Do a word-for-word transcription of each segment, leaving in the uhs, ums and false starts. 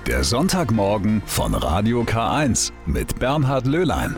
Der Sonntagmorgen von Radio K eins mit Bernhard Löhlein.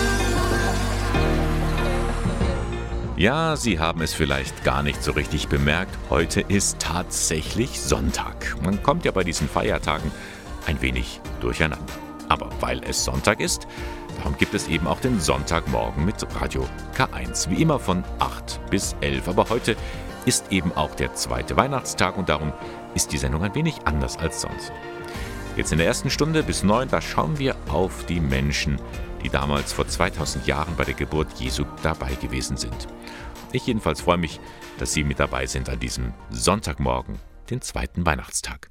Ja, Sie haben es vielleicht gar nicht so richtig bemerkt. Heute ist tatsächlich Sonntag. Man kommt ja bei diesen Feiertagen ein wenig durcheinander. Aber weil es Sonntag ist, darum gibt es eben auch den Sonntagmorgen mit Radio K eins. Wie immer von acht bis elf. Aber heute ist eben auch der zweite Weihnachtstag und darum ist die Sendung ein wenig anders als sonst. Jetzt in der ersten Stunde bis neun, da schauen wir auf die Menschen, die damals vor zweitausend Jahren bei der Geburt Jesu dabei gewesen sind. Ich jedenfalls freue mich, dass Sie mit dabei sind an diesem Sonntagmorgen, den zweiten Weihnachtstag.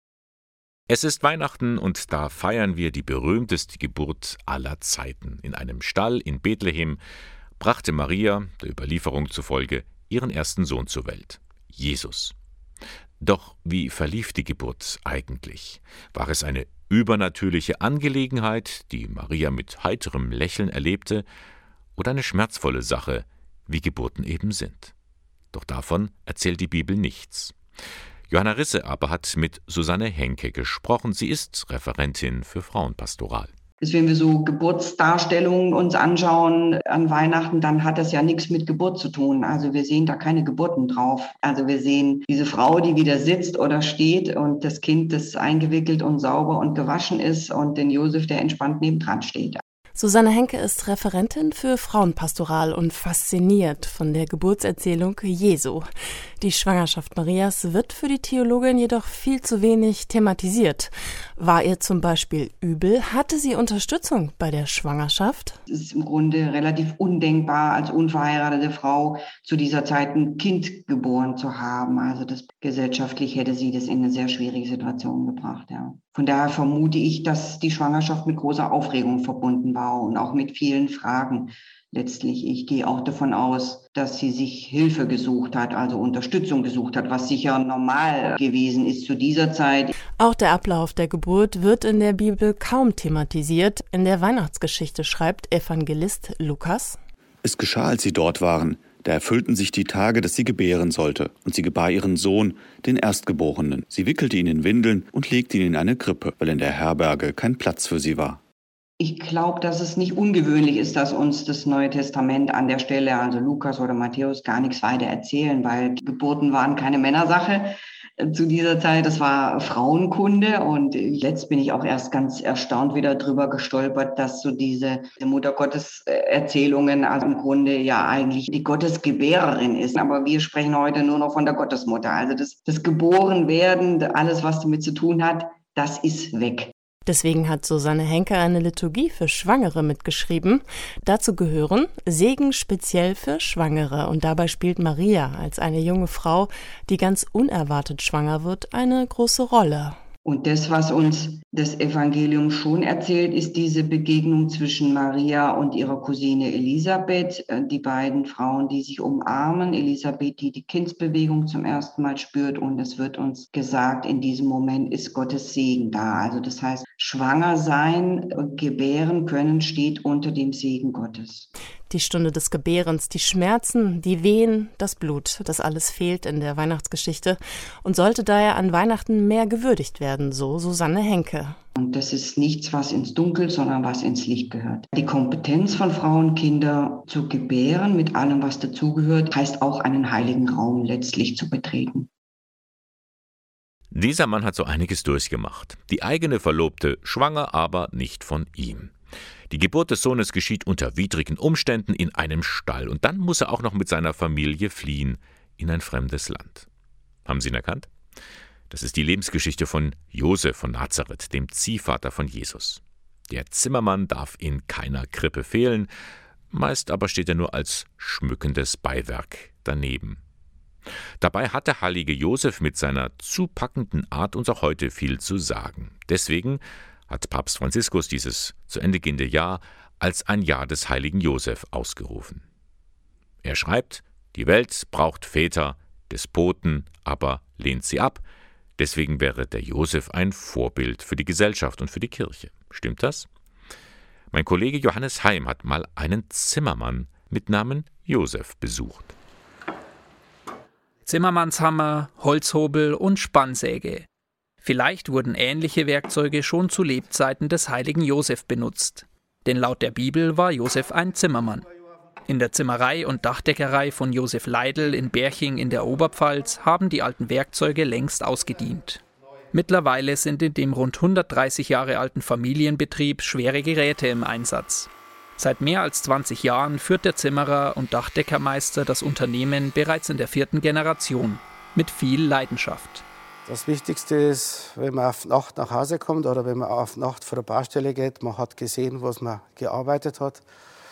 Es ist Weihnachten und da feiern wir die berühmteste Geburt aller Zeiten. In einem Stall in Bethlehem brachte Maria, der Überlieferung zufolge, ihren ersten Sohn zur Welt, Jesus. Doch wie verlief die Geburt eigentlich? War es eine übernatürliche Angelegenheit, die Maria mit heiterem Lächeln erlebte, oder eine schmerzvolle Sache, wie Geburten eben sind? Doch davon erzählt die Bibel nichts. Johanna Risse aber hat mit Susanne Henke gesprochen. Sie ist Referentin für Frauenpastoral. Also wenn wir so Geburtsdarstellungen uns anschauen an Weihnachten, dann hat das ja nichts mit Geburt zu tun. Also wir sehen da keine Geburten drauf. Also wir sehen diese Frau, die wieder sitzt oder steht und das Kind, das eingewickelt und sauber und gewaschen ist und den Josef, der entspannt nebendran steht. Susanne Henke ist Referentin für Frauenpastoral und fasziniert von der Geburtserzählung Jesu. Die Schwangerschaft Marias wird für die Theologin jedoch viel zu wenig thematisiert. War ihr zum Beispiel übel? Hatte sie Unterstützung bei der Schwangerschaft? Es ist im Grunde relativ undenkbar, als unverheiratete Frau zu dieser Zeit ein Kind geboren zu haben. Also das gesellschaftlich hätte sie das in eine sehr schwierige Situation gebracht, ja. Von daher vermute ich, dass die Schwangerschaft mit großer Aufregung verbunden war und auch mit vielen Fragen. Letztlich, ich gehe auch davon aus, dass sie sich Hilfe gesucht hat, also Unterstützung gesucht hat, was sicher normal gewesen ist zu dieser Zeit. Auch der Ablauf der Geburt wird in der Bibel kaum thematisiert. In der Weihnachtsgeschichte schreibt Evangelist Lukas: Es geschah, als sie dort waren. Da erfüllten sich die Tage, dass sie gebären sollte. Und sie gebar ihren Sohn, den Erstgeborenen. Sie wickelte ihn in Windeln und legte ihn in eine Krippe, weil in der Herberge kein Platz für sie war. Ich glaube, dass es nicht ungewöhnlich ist, dass uns das Neue Testament an der Stelle, also Lukas oder Matthäus, gar nichts weiter erzählen, weil Geburten waren keine Männersache zu dieser Zeit. Das war Frauenkunde und jetzt bin ich auch erst ganz erstaunt wieder drüber gestolpert, dass so diese Mutter-Gottes-Erzählungen also im Grunde ja eigentlich die Gottesgebärerin ist. Aber wir sprechen heute nur noch von der Gottesmutter. Also das, das Geborenwerden, alles, was damit zu tun hat, das ist weg. Deswegen hat Susanne Henke eine Liturgie für Schwangere mitgeschrieben. Dazu gehören Segen speziell für Schwangere. Und dabei spielt Maria als eine junge Frau, die ganz unerwartet schwanger wird, eine große Rolle. Und das, was uns das Evangelium schon erzählt, ist diese Begegnung zwischen Maria und ihrer Cousine Elisabeth, die beiden Frauen, die sich umarmen. Elisabeth, die die Kindsbewegung zum ersten Mal spürt, und es wird uns gesagt, in diesem Moment ist Gottes Segen da. Also das heißt, schwanger sein und gebären können steht unter dem Segen Gottes. Die Stunde des Gebärens, die Schmerzen, die Wehen, das Blut, das alles fehlt in der Weihnachtsgeschichte und sollte daher an Weihnachten mehr gewürdigt werden, so Susanne Henke. Und das ist nichts, was ins Dunkel, sondern was ins Licht gehört. Die Kompetenz von Frauen, Kinder zu gebären, mit allem, was dazugehört, heißt auch einen heiligen Raum letztlich zu betreten. Dieser Mann hat so einiges durchgemacht. Die eigene Verlobte schwanger, aber nicht von ihm. Die Geburt des Sohnes geschieht unter widrigen Umständen in einem Stall. Und dann muss er auch noch mit seiner Familie fliehen in ein fremdes Land. Haben Sie ihn erkannt? Das ist die Lebensgeschichte von Josef von Nazareth, dem Ziehvater von Jesus. Der Zimmermann darf in keiner Krippe fehlen, meist aber steht er nur als schmückendes Beiwerk daneben. Dabei hat der heilige Josef mit seiner zupackenden Art uns auch heute viel zu sagen. Deswegen hat Papst Franziskus dieses zu Ende gehende Jahr als ein Jahr des heiligen Josef ausgerufen. Er schreibt, die Welt braucht Väter, Despoten, aber lehnt sie ab. Deswegen wäre der Josef ein Vorbild für die Gesellschaft und für die Kirche. Stimmt das? Mein Kollege Johannes Heim hat mal einen Zimmermann mit Namen Josef besucht. Zimmermannshammer, Holzhobel und Spannsäge. Vielleicht wurden ähnliche Werkzeuge schon zu Lebzeiten des heiligen Josef benutzt. Denn laut der Bibel war Josef ein Zimmermann. In der Zimmerei und Dachdeckerei von Josef Leidl in Berching in der Oberpfalz haben die alten Werkzeuge längst ausgedient. Mittlerweile sind in dem rund hundertdreißig Jahre alten Familienbetrieb schwere Geräte im Einsatz. Seit mehr als zwanzig Jahren führt der Zimmerer und Dachdeckermeister das Unternehmen bereits in der vierten Generation mit viel Leidenschaft. Das Wichtigste ist, wenn man auf Nacht nach Hause kommt oder wenn man auf Nacht vor der Baustelle geht, man hat gesehen, was man gearbeitet hat.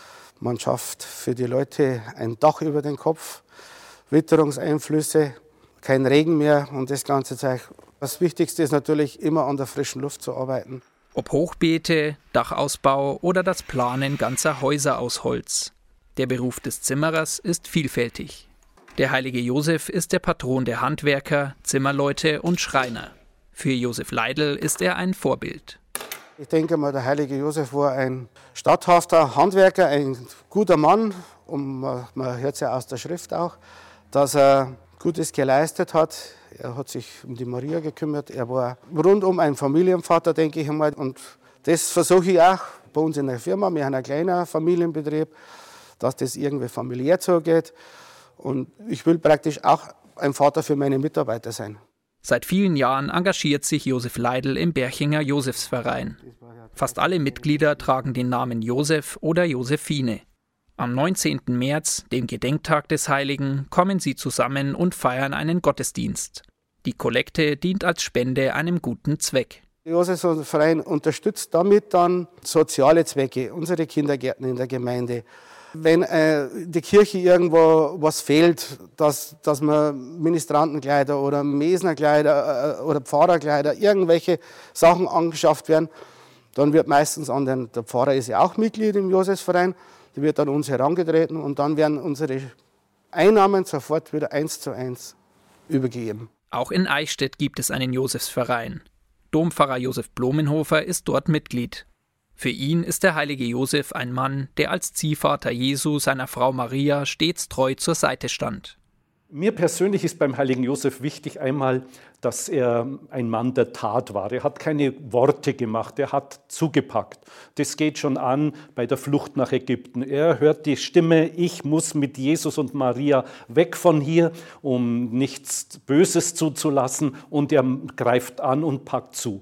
Man schafft für die Leute ein Dach über den Kopf, Witterungseinflüsse, kein Regen mehr und das ganze Zeug. Das Wichtigste ist natürlich, immer an der frischen Luft zu arbeiten. Ob Hochbeete, Dachausbau oder das Planen ganzer Häuser aus Holz. Der Beruf des Zimmerers ist vielfältig. Der heilige Josef ist der Patron der Handwerker, Zimmerleute und Schreiner. Für Josef Leidl ist er ein Vorbild. Ich denke mal, der heilige Josef war ein statthafter Handwerker, ein guter Mann. Und man, man hört es ja aus der Schrift auch, dass er Gutes geleistet hat. Er hat sich um die Maria gekümmert. Er war rundum ein Familienvater, denke ich einmal. Und das versuche ich auch bei uns in der Firma. Wir haben einen kleinen Familienbetrieb, dass das irgendwie familiär zugeht. Und ich will praktisch auch ein Vater für meine Mitarbeiter sein. Seit vielen Jahren engagiert sich Josef Leidl im Berchinger Josefsverein. Fast alle Mitglieder tragen den Namen Josef oder Josephine. Am neunzehnten März, dem Gedenktag des Heiligen, kommen sie zusammen und feiern einen Gottesdienst. Die Kollekte dient als Spende einem guten Zweck. Der Josefsverein unterstützt damit dann soziale Zwecke, unsere Kindergärten in der Gemeinde. Wenn äh, die Kirche irgendwo was fehlt, dass, dass man Ministrantenkleider oder Mesnerkleider äh, oder Pfarrerkleider, irgendwelche Sachen angeschafft werden, dann wird meistens an den, der Pfarrer ist ja auch Mitglied im Josefsverein, der wird an uns herangetreten und dann werden unsere Einnahmen sofort wieder eins zu eins übergeben. Auch in Eichstätt gibt es einen Josefsverein. Dompfarrer Josef Blumenhofer ist dort Mitglied. Für ihn ist der heilige Josef ein Mann, der als Ziehvater Jesu seiner Frau Maria stets treu zur Seite stand. Mir persönlich ist beim heiligen Josef wichtig einmal, dass er ein Mann der Tat war. Er hat keine Worte gemacht, er hat zugepackt. Das geht schon an bei der Flucht nach Ägypten. Er hört die Stimme, ich muss mit Jesus und Maria weg von hier, um nichts Böses zuzulassen, und er greift an und packt zu.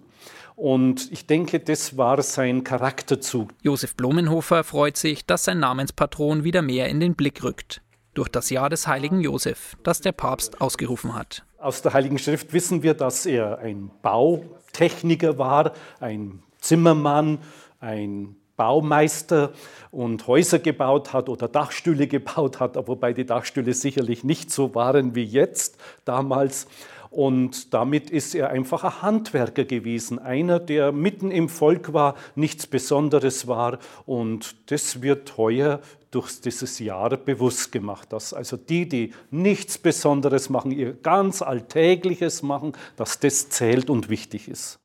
Und ich denke, das war sein Charakterzug. Josef Blumenhofer freut sich, dass sein Namenspatron wieder mehr in den Blick rückt. Durch das Jahr des heiligen Josef, das der Papst ausgerufen hat. Aus der Heiligen Schrift wissen wir, dass er ein Bautechniker war, ein Zimmermann, ein Baumeister und Häuser gebaut hat oder Dachstühle gebaut hat, wobei die Dachstühle sicherlich nicht so waren wie jetzt damals. Und damit ist er einfach ein Handwerker gewesen, einer, der mitten im Volk war, nichts Besonderes war. Und das wird heuer durch dieses Jahr bewusst gemacht, dass also die, die nichts Besonderes machen, ihr ganz Alltägliches machen, dass das zählt und wichtig ist.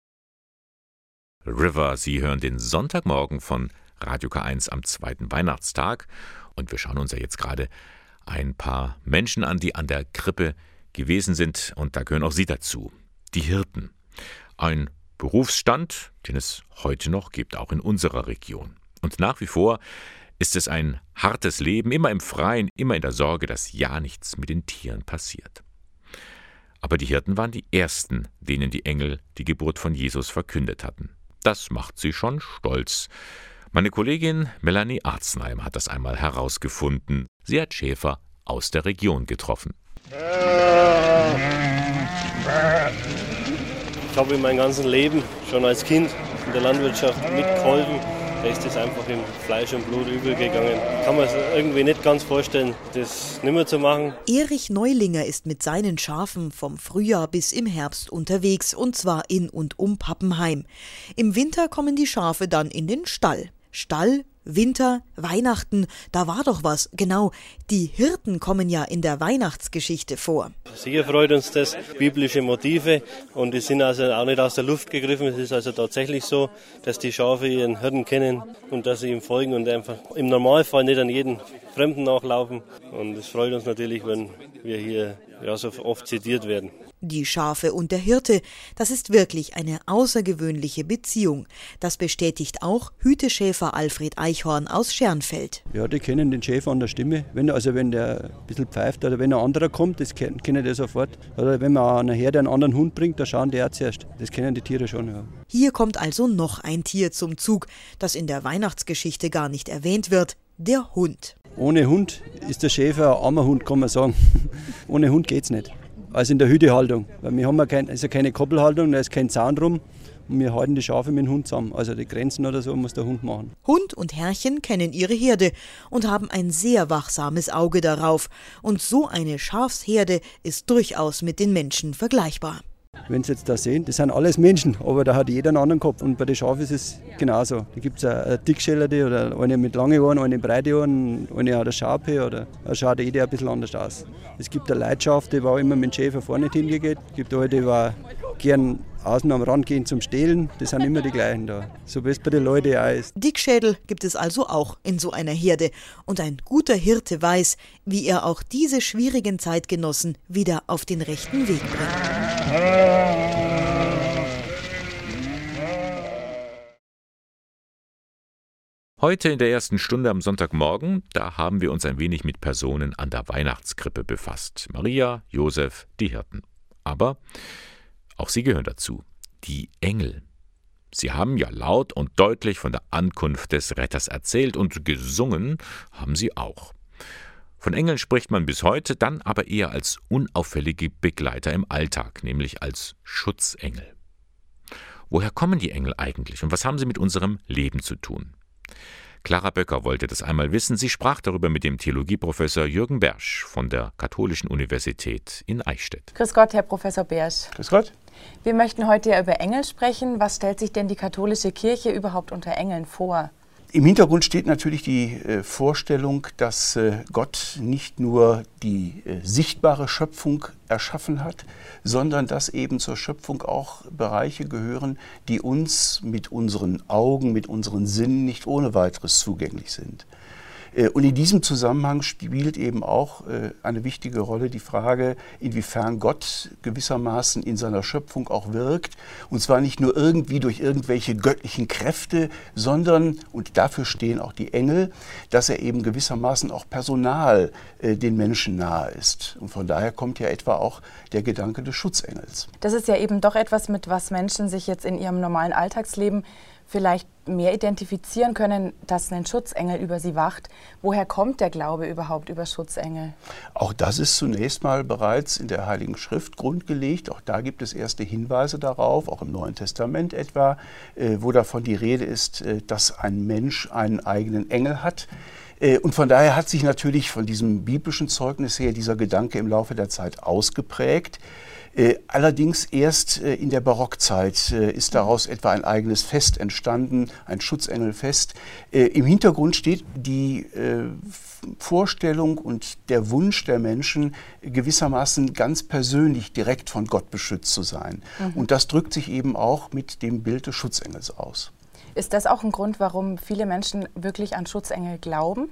River, Sie hören den Sonntagmorgen von Radio K eins am zweiten Weihnachtstag. Und wir schauen uns ja jetzt gerade ein paar Menschen an, die an der Krippe gewesen sind, und da gehören auch Sie dazu, die Hirten. Ein Berufsstand, den es heute noch gibt, auch in unserer Region. Und nach wie vor ist es ein hartes Leben, immer im Freien, immer in der Sorge, dass ja nichts mit den Tieren passiert. Aber die Hirten waren die Ersten, denen die Engel die Geburt von Jesus verkündet hatten. Das macht sie schon stolz. Meine Kollegin Melanie Arzneim hat das einmal herausgefunden. Sie hat Schäfer aus der Region getroffen. Ich habe in meinem ganzen Leben, schon als Kind in der Landwirtschaft mitgeholfen. Da ist das einfach im Fleisch und Blut übergegangen. Kann man es irgendwie nicht ganz vorstellen, das nicht mehr zu machen. Erich Neulinger ist mit seinen Schafen vom Frühjahr bis im Herbst unterwegs, und zwar in und um Pappenheim. Im Winter kommen die Schafe dann in den Stall. Stall, Winter, Weihnachten, da war doch was. Genau, die Hirten kommen ja in der Weihnachtsgeschichte vor. Sicher freut uns das, biblische Motive, und die sind also auch nicht aus der Luft gegriffen. Es ist also tatsächlich so, dass die Schafe ihren Hirten kennen und dass sie ihm folgen und einfach im Normalfall nicht an jeden Fremden nachlaufen. Und es freut uns natürlich, wenn wir hier ja so oft zitiert werden. Die Schafe und der Hirte, das ist wirklich eine außergewöhnliche Beziehung. Das bestätigt auch Hüteschäfer Alfred Eichhorn aus Schernfeld. Ja, die kennen den Schäfer an der Stimme. Wenn, also wenn der ein bisschen pfeift oder wenn ein anderer kommt, das kennen die sofort. Oder wenn man an einer Herde einen anderen Hund bringt, da schauen die auch zuerst. Das kennen die Tiere schon, ja. Hier kommt also noch ein Tier zum Zug, das in der Weihnachtsgeschichte gar nicht erwähnt wird: der Hund. Ohne Hund ist der Schäfer ein armer Hund, kann man sagen. Ohne Hund geht's nicht. Also in der Hütehaltung. Weil wir haben ja kein, also keine Koppelhaltung, da ist kein Zaun drum. Und wir halten die Schafe mit dem Hund zusammen. Also die Grenzen oder so muss der Hund machen. Hund und Herrchen kennen ihre Herde und haben ein sehr wachsames Auge darauf. Und so eine Schafsherde ist durchaus mit den Menschen vergleichbar. Wenn Sie jetzt da sehen, das sind alles Menschen, aber da hat jeder einen anderen Kopf. Und bei den Schafen ist es genauso. Da gibt es eine dickschellerte oder eine mit langen Ohren, eine mit breiten Ohren, eine hat eine Scharpe oder da schaut jeder ein bisschen anders aus. Es gibt eine Leidschaf, die war immer mit dem Schäfer vorne hingeht. Es gibt eine, die war gern außen am Rand gehen zum Stehlen. Das sind immer die gleichen da. So wie es bei den Leuten auch ist. Dickschädel gibt es also auch in so einer Herde. Und ein guter Hirte weiß, wie er auch diese schwierigen Zeitgenossen wieder auf den rechten Weg bringt. Heute in der ersten Stunde am Sonntagmorgen, da haben wir uns ein wenig mit Personen an der Weihnachtskrippe befasst. Maria, Josef, die Hirten. Aber auch sie gehören dazu, die Engel. Sie haben ja laut und deutlich von der Ankunft des Retters erzählt und gesungen haben sie auch. Von Engeln spricht man bis heute, dann aber eher als unauffällige Begleiter im Alltag, nämlich als Schutzengel. Woher kommen die Engel eigentlich und was haben sie mit unserem Leben zu tun? Clara Böcker wollte das einmal wissen. Sie sprach darüber mit dem Theologieprofessor Jürgen Bersch von der Katholischen Universität in Eichstätt. Grüß Gott, Herr Professor Bersch. Grüß Gott. Wir möchten heute ja über Engel sprechen. Was stellt sich denn die katholische Kirche überhaupt unter Engeln vor? Im Hintergrund steht natürlich die äh, Vorstellung, dass äh, Gott nicht nur die äh, sichtbare Schöpfung erschaffen hat, sondern dass eben zur Schöpfung auch Bereiche gehören, die uns mit unseren Augen, mit unseren Sinnen nicht ohne weiteres zugänglich sind. Und in diesem Zusammenhang spielt eben auch eine wichtige Rolle die Frage, inwiefern Gott gewissermaßen in seiner Schöpfung auch wirkt. Und zwar nicht nur irgendwie durch irgendwelche göttlichen Kräfte, sondern, und dafür stehen auch die Engel, dass er eben gewissermaßen auch personal den Menschen nahe ist. Und von daher kommt ja etwa auch der Gedanke des Schutzengels. Das ist ja eben doch etwas, mit was Menschen sich jetzt in ihrem normalen Alltagsleben vielleicht mehr identifizieren können, dass ein Schutzengel über sie wacht. Woher kommt der Glaube überhaupt über Schutzengel? Auch das ist zunächst mal bereits in der Heiligen Schrift grundgelegt. Auch da gibt es erste Hinweise darauf, auch im Neuen Testament etwa, wo davon die Rede ist, dass ein Mensch einen eigenen Engel hat. Und von daher hat sich natürlich von diesem biblischen Zeugnis her dieser Gedanke im Laufe der Zeit ausgeprägt. Äh, allerdings erst äh, in der Barockzeit äh, ist daraus etwa ein eigenes Fest entstanden, ein Schutzengelfest. Äh, Im Hintergrund steht die äh, Vorstellung und der Wunsch der Menschen, gewissermaßen ganz persönlich direkt von Gott beschützt zu sein. Mhm. Und das drückt sich eben auch mit dem Bild des Schutzengels aus. Ist das auch ein Grund, warum viele Menschen wirklich an Schutzengel glauben?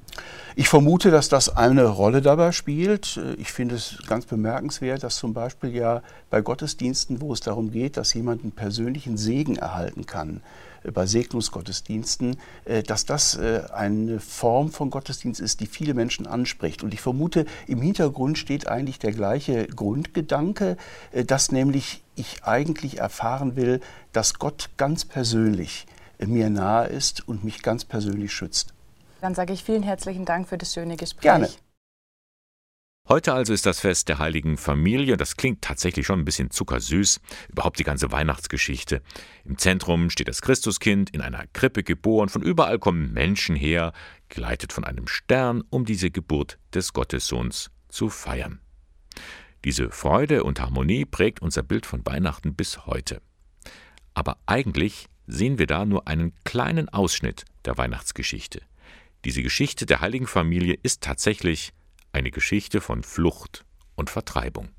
Ich vermute, dass das eine Rolle dabei spielt. Ich finde es ganz bemerkenswert, dass zum Beispiel ja bei Gottesdiensten, wo es darum geht, dass jemand einen persönlichen Segen erhalten kann, bei Segnungsgottesdiensten, dass das eine Form von Gottesdienst ist, die viele Menschen anspricht. Und ich vermute, im Hintergrund steht eigentlich der gleiche Grundgedanke, dass nämlich ich eigentlich erfahren will, dass Gott ganz persönlich mir nahe ist und mich ganz persönlich schützt. Dann sage ich vielen herzlichen Dank für das schöne Gespräch. Gerne. Heute also ist das Fest der Heiligen Familie. Das klingt tatsächlich schon ein bisschen zuckersüß. Überhaupt die ganze Weihnachtsgeschichte. Im Zentrum steht das Christuskind, in einer Krippe geboren. Von überall kommen Menschen her, geleitet von einem Stern, um diese Geburt des Gottessohns zu feiern. Diese Freude und Harmonie prägt unser Bild von Weihnachten bis heute. Aber eigentlich sehen wir da nur einen kleinen Ausschnitt der Weihnachtsgeschichte. Diese Geschichte der Heiligen Familie ist tatsächlich eine Geschichte von Flucht und Vertreibung.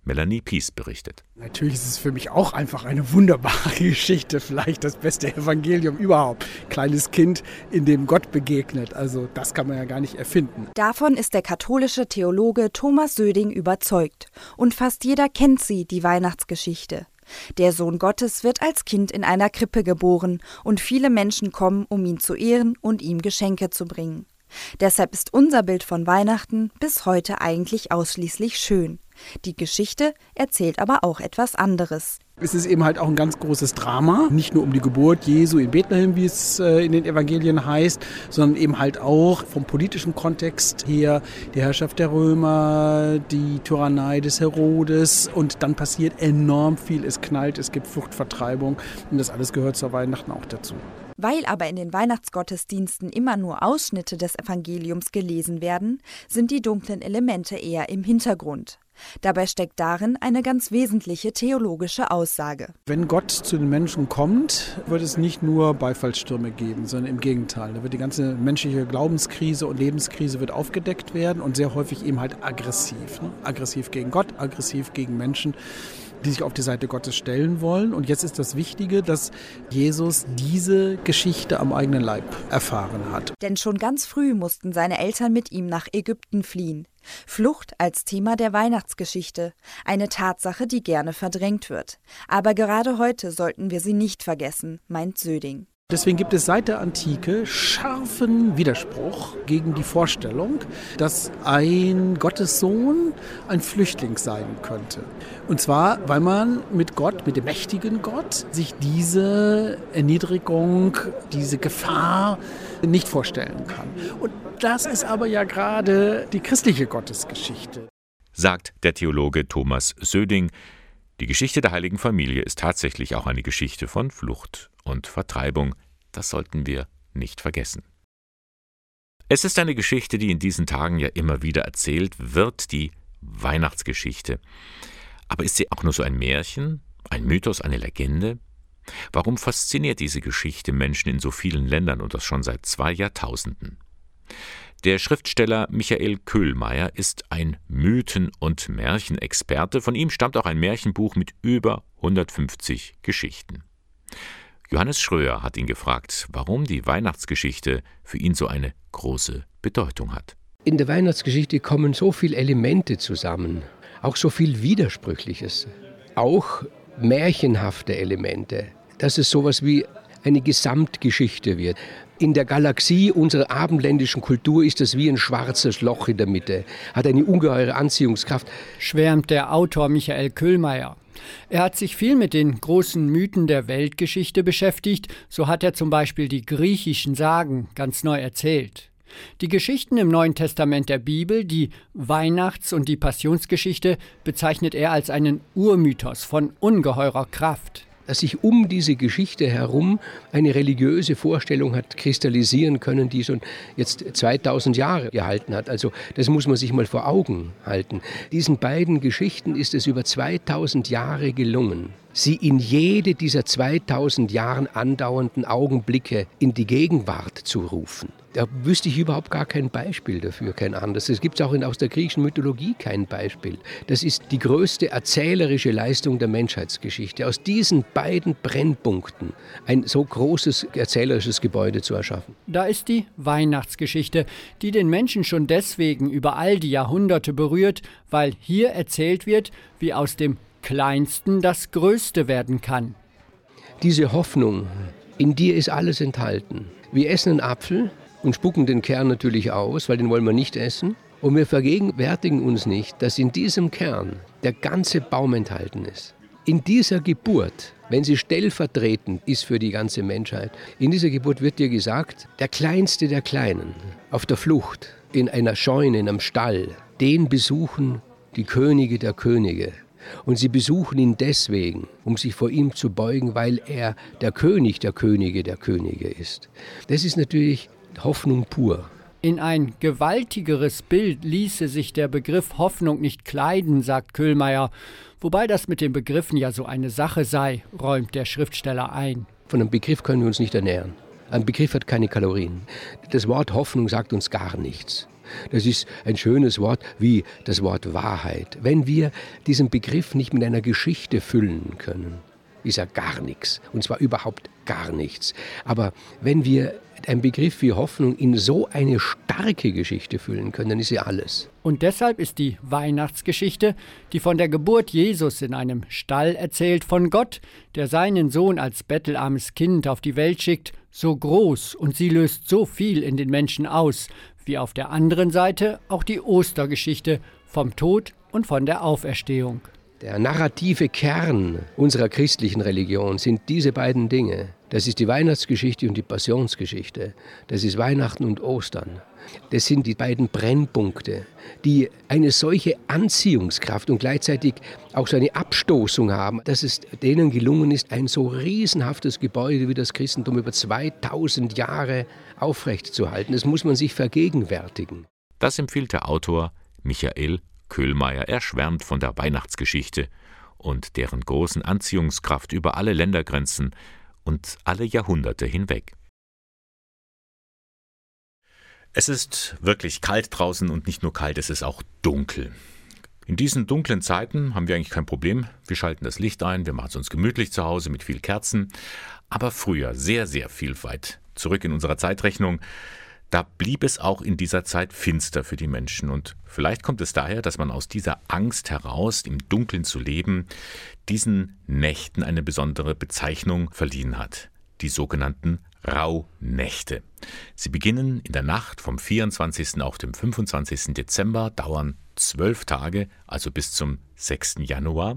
Melanie Pies berichtet. Natürlich ist es für mich auch einfach eine wunderbare Geschichte, vielleicht das beste Evangelium überhaupt. Kleines Kind, in dem Gott begegnet, also das kann man ja gar nicht erfinden. Davon ist der katholische Theologe Thomas Söding überzeugt. Und fast jeder kennt sie, die Weihnachtsgeschichte. Der Sohn Gottes wird als Kind in einer Krippe geboren und viele Menschen kommen, um ihn zu ehren und ihm Geschenke zu bringen. Deshalb ist unser Bild von Weihnachten bis heute eigentlich ausschließlich schön. Die Geschichte erzählt aber auch etwas anderes. Es ist eben halt auch ein ganz großes Drama, nicht nur um die Geburt Jesu in Bethlehem, wie es in den Evangelien heißt, sondern eben halt auch vom politischen Kontext her, die Herrschaft der Römer, die Tyrannei des Herodes und dann passiert enorm viel, es knallt, es gibt Fluchtvertreibung und das alles gehört zur Weihnachten auch dazu. Weil aber in den Weihnachtsgottesdiensten immer nur Ausschnitte des Evangeliums gelesen werden, sind die dunklen Elemente eher im Hintergrund. Dabei steckt darin eine ganz wesentliche theologische Aussage. Wenn Gott zu den Menschen kommt, wird es nicht nur Beifallsstürme geben, sondern im Gegenteil. Da wird die ganze menschliche Glaubenskrise und Lebenskrise wird aufgedeckt werden und sehr häufig eben halt aggressiv. Ne? Aggressiv gegen Gott, aggressiv gegen Menschen, die sich auf die Seite Gottes stellen wollen. Und jetzt ist das Wichtige, dass Jesus diese Geschichte am eigenen Leib erfahren hat. Denn schon ganz früh mussten seine Eltern mit ihm nach Ägypten fliehen. Flucht als Thema der Weihnachtsgeschichte. Eine Tatsache, die gerne verdrängt wird. Aber gerade heute sollten wir sie nicht vergessen, meint Söding. Deswegen gibt es seit der Antike scharfen Widerspruch gegen die Vorstellung, dass ein Gottessohn ein Flüchtling sein könnte. Und zwar, weil man mit Gott, mit dem mächtigen Gott, sich diese Erniedrigung, diese Gefahr nicht vorstellen kann. Und das ist aber ja gerade die christliche Gottesgeschichte. Sagt der Theologe Thomas Söding. Die Geschichte der Heiligen Familie ist tatsächlich auch eine Geschichte von Flucht und Vertreibung. Das sollten wir nicht vergessen. Es ist eine Geschichte, die in diesen Tagen ja immer wieder erzählt wird, die Weihnachtsgeschichte. Aber ist sie auch nur so ein Märchen, ein Mythos, eine Legende? Warum fasziniert diese Geschichte Menschen in so vielen Ländern und das schon seit zwei Jahrtausenden? Der Schriftsteller Michael Köhlmeier ist ein Mythen- und Märchenexperte. Von ihm stammt auch ein Märchenbuch mit über hundertfünfzig Geschichten. Johannes Schröer hat ihn gefragt, warum die Weihnachtsgeschichte für ihn so eine große Bedeutung hat. In der Weihnachtsgeschichte kommen so viele Elemente zusammen, auch so viel Widersprüchliches, auch märchenhafte Elemente, dass es sowas wie eine Gesamtgeschichte wird. In der Galaxie unserer abendländischen Kultur ist es wie ein schwarzes Loch in der Mitte, hat eine ungeheure Anziehungskraft. Schwärmt der Autor Michael Köhlmeier. Er hat sich viel mit den großen Mythen der Weltgeschichte beschäftigt, so hat er zum Beispiel die griechischen Sagen ganz neu erzählt. Die Geschichten im Neuen Testament der Bibel, die Weihnachts- und die Passionsgeschichte, bezeichnet er als einen Urmythos von ungeheurer Kraft. Dass sich um diese Geschichte herum eine religiöse Vorstellung hat kristallisieren können, die schon jetzt zweitausend Jahre gehalten hat. Also das muss man sich mal vor Augen halten. Diesen beiden Geschichten ist es über zweitausend Jahre gelungen, sie in jede dieser zweitausend Jahren andauernden Augenblicke in die Gegenwart zu rufen. Da wüsste ich überhaupt gar kein Beispiel dafür, kein anderes. Es gibt auch in, aus der griechischen Mythologie kein Beispiel. Das ist die größte erzählerische Leistung der Menschheitsgeschichte, aus diesen beiden Brennpunkten ein so großes erzählerisches Gebäude zu erschaffen. Da ist die Weihnachtsgeschichte, die den Menschen schon deswegen über all die Jahrhunderte berührt, weil hier erzählt wird, wie aus dem Kleinsten das Größte werden kann. Diese Hoffnung, in dir ist alles enthalten. Wir essen einen Apfel und spucken den Kern natürlich aus, weil den wollen wir nicht essen. Und wir vergegenwärtigen uns nicht, dass in diesem Kern der ganze Baum enthalten ist. In dieser Geburt, wenn sie stellvertretend ist für die ganze Menschheit, in dieser Geburt wird dir gesagt, der Kleinste der Kleinen, auf der Flucht, in einer Scheune, in einem Stall, den besuchen die Könige der Könige. Und sie besuchen ihn deswegen, um sich vor ihm zu beugen, weil er der König der Könige der Könige ist. Das ist natürlich Hoffnung pur. In ein gewaltigeres Bild ließe sich der Begriff Hoffnung nicht kleiden, sagt Köhlmeier. Wobei das mit den Begriffen ja so eine Sache sei, räumt der Schriftsteller ein. Von einem Begriff können wir uns nicht ernähren. Ein Begriff hat keine Kalorien. Das Wort Hoffnung sagt uns gar nichts. Das ist ein schönes Wort wie das Wort Wahrheit. Wenn wir diesen Begriff nicht mit einer Geschichte füllen können, ist er gar nichts. Und zwar überhaupt gar nichts. Aber wenn wir einen Begriff wie Hoffnung in so eine starke Geschichte füllen können, dann ist sie alles. Und deshalb ist die Weihnachtsgeschichte, die von der Geburt Jesus in einem Stall erzählt, von Gott, der seinen Sohn als bettelarmes Kind auf die Welt schickt, so groß und sie löst so viel in den Menschen aus, wie auf der anderen Seite auch die Ostergeschichte vom Tod und von der Auferstehung. Der narrative Kern unserer christlichen Religion sind diese beiden Dinge. Das ist die Weihnachtsgeschichte und die Passionsgeschichte. Das ist Weihnachten und Ostern. Das sind die beiden Brennpunkte, die eine solche Anziehungskraft und gleichzeitig auch so eine Abstoßung haben, dass es denen gelungen ist, ein so riesenhaftes Gebäude wie das Christentum über zweitausend Jahre aufrechtzuerhalten. Das muss man sich vergegenwärtigen. Das empfiehlt der Autor Michael Köhlmeier. Er schwärmt von der Weihnachtsgeschichte und deren großen Anziehungskraft über alle Ländergrenzen und alle Jahrhunderte hinweg. Es ist wirklich kalt draußen und nicht nur kalt, es ist auch dunkel. In diesen dunklen Zeiten haben wir eigentlich kein Problem. Wir schalten das Licht ein, wir machen es uns gemütlich zu Hause mit viel Kerzen. Aber früher, sehr, sehr viel weit zurück in unserer Zeitrechnung, da blieb es auch in dieser Zeit finster für die Menschen. Und vielleicht kommt es daher, dass man aus dieser Angst heraus, im Dunkeln zu leben, diesen Nächten eine besondere Bezeichnung verliehen hat. Die sogenannten Rauhnächte. Sie beginnen in der Nacht vom vierundzwanzigsten auf den fünfundzwanzigsten Dezember, dauern zwölf Tage, also bis zum sechsten Januar.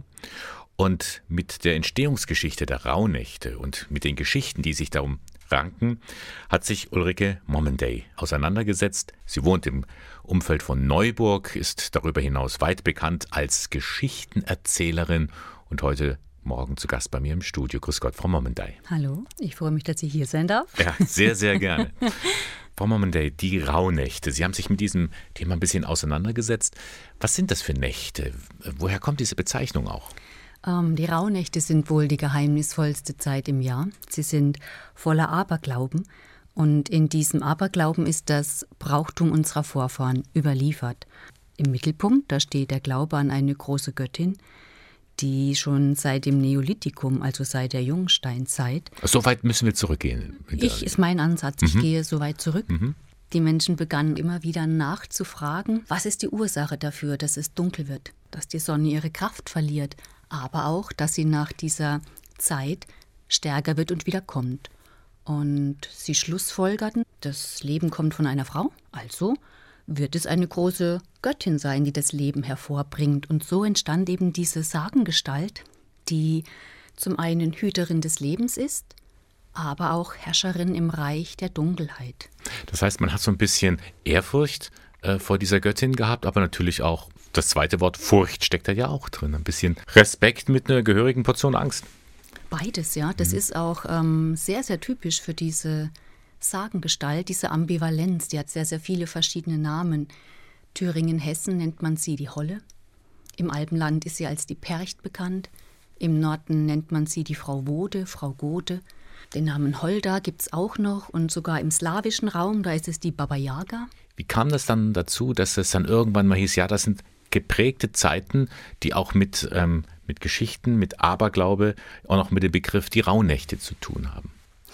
Und mit der Entstehungsgeschichte der Rauhnächte und mit den Geschichten, die sich darum ranken, hat sich Ulrike Mommenday auseinandergesetzt. Sie wohnt im Umfeld von Neuburg, ist darüber hinaus weit bekannt als Geschichtenerzählerin und heute Morgen zu Gast bei mir im Studio. Grüß Gott, Frau Mommenday. Hallo, ich freue mich, dass ich hier sein darf. Ja, sehr, sehr gerne. Frau Mommenday, die Rauhnächte. Sie haben sich mit diesem Thema ein bisschen auseinandergesetzt. Was sind das für Nächte? Woher kommt diese Bezeichnung auch? Ähm, die Rauhnächte sind wohl die geheimnisvollste Zeit im Jahr. Sie sind voller Aberglauben. Und in diesem Aberglauben ist das Brauchtum unserer Vorfahren überliefert. Im Mittelpunkt, da steht der Glaube an eine große Göttin, die schon seit dem Neolithikum, also seit der Jungsteinzeit. So weit müssen wir zurückgehen. Ich ist mein Ansatz, ich mhm. gehe so weit zurück. Mhm. Die Menschen begannen immer wieder nachzufragen, was ist die Ursache dafür, dass es dunkel wird, dass die Sonne ihre Kraft verliert, aber auch, dass sie nach dieser Zeit stärker wird und wieder kommt. Und sie schlussfolgerten, das Leben kommt von einer Frau, also wird es eine große Göttin sein, die das Leben hervorbringt. Und so entstand eben diese Sagengestalt, die zum einen Hüterin des Lebens ist, aber auch Herrscherin im Reich der Dunkelheit. Das heißt, man hat so ein bisschen Ehrfurcht äh, vor dieser Göttin gehabt, aber natürlich auch das zweite Wort Furcht steckt da ja auch drin. Ein bisschen Respekt mit einer gehörigen Portion Angst. Beides, ja. Das mhm. ist auch ähm, sehr, sehr typisch für diese Sagengestalt, diese Ambivalenz, die hat sehr, sehr viele verschiedene Namen. Thüringen, Hessen nennt man sie die Holle. Im Alpenland ist sie als die Percht bekannt. Im Norden nennt man sie die Frau Wode, Frau Gode. Den Namen Holda gibt es auch noch und sogar im slawischen Raum, da ist es die Baba Yaga. Wie kam das dann dazu, dass es dann irgendwann mal hieß, ja, das sind geprägte Zeiten, die auch mit, ähm, mit Geschichten, mit Aberglaube, auch noch mit dem Begriff die Rauhnächte zu tun haben?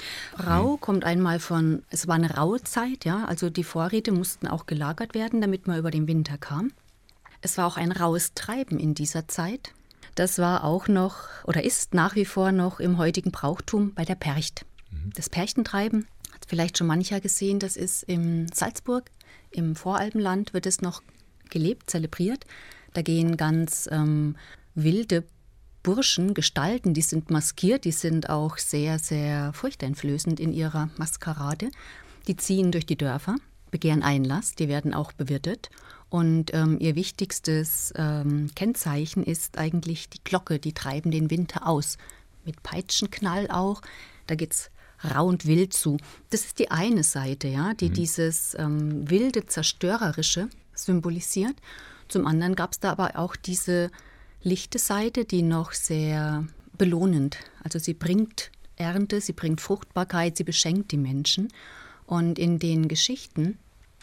Rau kommt einmal von, es war eine raue Zeit, ja, also die Vorräte mussten auch gelagert werden, damit man über den Winter kam. Es war auch ein raues Treiben in dieser Zeit. Das war auch noch oder ist nach wie vor noch im heutigen Brauchtum bei der Percht. Mhm. Das Perchtentreiben hat vielleicht schon mancher gesehen, das ist in Salzburg, im Voralpenland wird es noch gelebt, zelebriert. Da gehen ganz ähm, wilde Burschen, Gestalten, die sind maskiert, die sind auch sehr, sehr furchteinflößend in ihrer Maskerade. Die ziehen durch die Dörfer, begehren Einlass, die werden auch bewirtet. Und ähm, ihr wichtigstes ähm, Kennzeichen ist eigentlich die Glocke, die treiben den Winter aus. Mit Peitschenknall auch, da geht's rau und wild zu. Das ist die eine Seite, ja, die mhm. dieses ähm, wilde, zerstörerische symbolisiert. Zum anderen gab es da aber auch diese lichte Seite, die noch sehr belohnend, also sie bringt Ernte, sie bringt Fruchtbarkeit, sie beschenkt die Menschen. Und in den Geschichten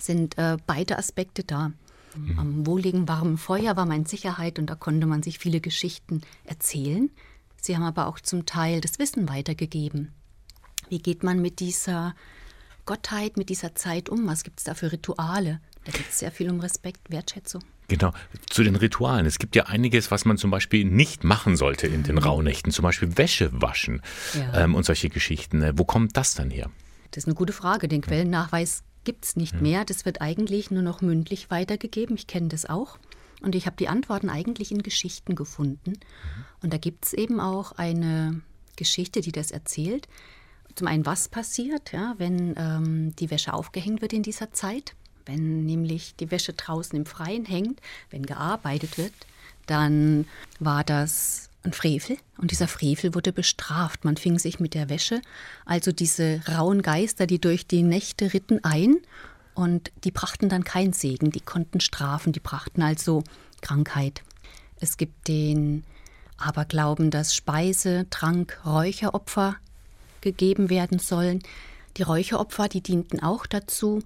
sind äh, beide Aspekte da. Mhm. Am wohligen, warmen Feuer war man in Sicherheit und da konnte man sich viele Geschichten erzählen. Sie haben aber auch zum Teil das Wissen weitergegeben. Wie geht man mit dieser Gottheit, mit dieser Zeit um? Was gibt es da für Rituale? Da geht es sehr viel um Respekt, Wertschätzung. Genau, zu den Ritualen. Es gibt ja einiges, was man zum Beispiel nicht machen sollte in den Rauhnächten. Zum Beispiel Wäsche waschen ja. ähm, und solche Geschichten. Wo kommt das dann her? Das ist eine gute Frage. Den Quellennachweis gibt es nicht mehr. Das wird eigentlich nur noch mündlich weitergegeben. Ich kenne das auch. Und ich habe die Antworten eigentlich in Geschichten gefunden. Und da gibt es eben auch eine Geschichte, die das erzählt. Zum einen, was passiert, ja, wenn ähm, die Wäsche aufgehängt wird in dieser Zeit. Wenn nämlich die Wäsche draußen im Freien hängt, wenn gearbeitet wird, dann war das ein Frevel und dieser Frevel wurde bestraft. Man fing sich mit der Wäsche, also diese rauen Geister, die durch die Nächte ritten, ein und die brachten dann keinen Segen, die konnten strafen, die brachten also Krankheit. Es gibt den Aberglauben, dass Speise, Trank, Räucheropfer gegeben werden sollen. Die Räucheropfer, die dienten auch dazu,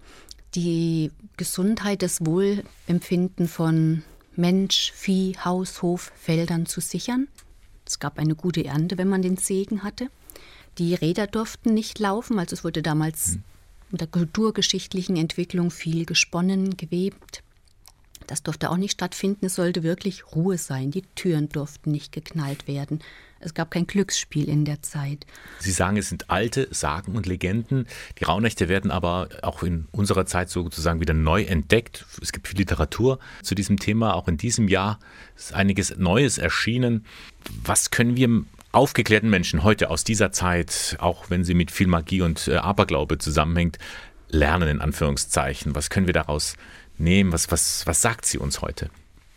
die Gesundheit, das Wohlempfinden von Mensch, Vieh, Haus, Hof, Feldern zu sichern. Es gab eine gute Ernte, wenn man den Segen hatte. Die Räder durften nicht laufen, also es wurde damals hm. in der kulturgeschichtlichen Entwicklung viel gesponnen, gewebt. Das durfte auch nicht stattfinden, es sollte wirklich Ruhe sein. Die Türen durften nicht geknallt werden. Es gab kein Glücksspiel in der Zeit. Sie sagen, es sind alte Sagen und Legenden. Die Rauhnächte werden aber auch in unserer Zeit sozusagen wieder neu entdeckt. Es gibt viel Literatur zu diesem Thema. Auch in diesem Jahr ist einiges Neues erschienen. Was können wir aufgeklärten Menschen heute aus dieser Zeit, auch wenn sie mit viel Magie und Aberglaube zusammenhängt, lernen in Anführungszeichen? Was können wir daraus nehmen? Was, was, was sagt sie uns heute?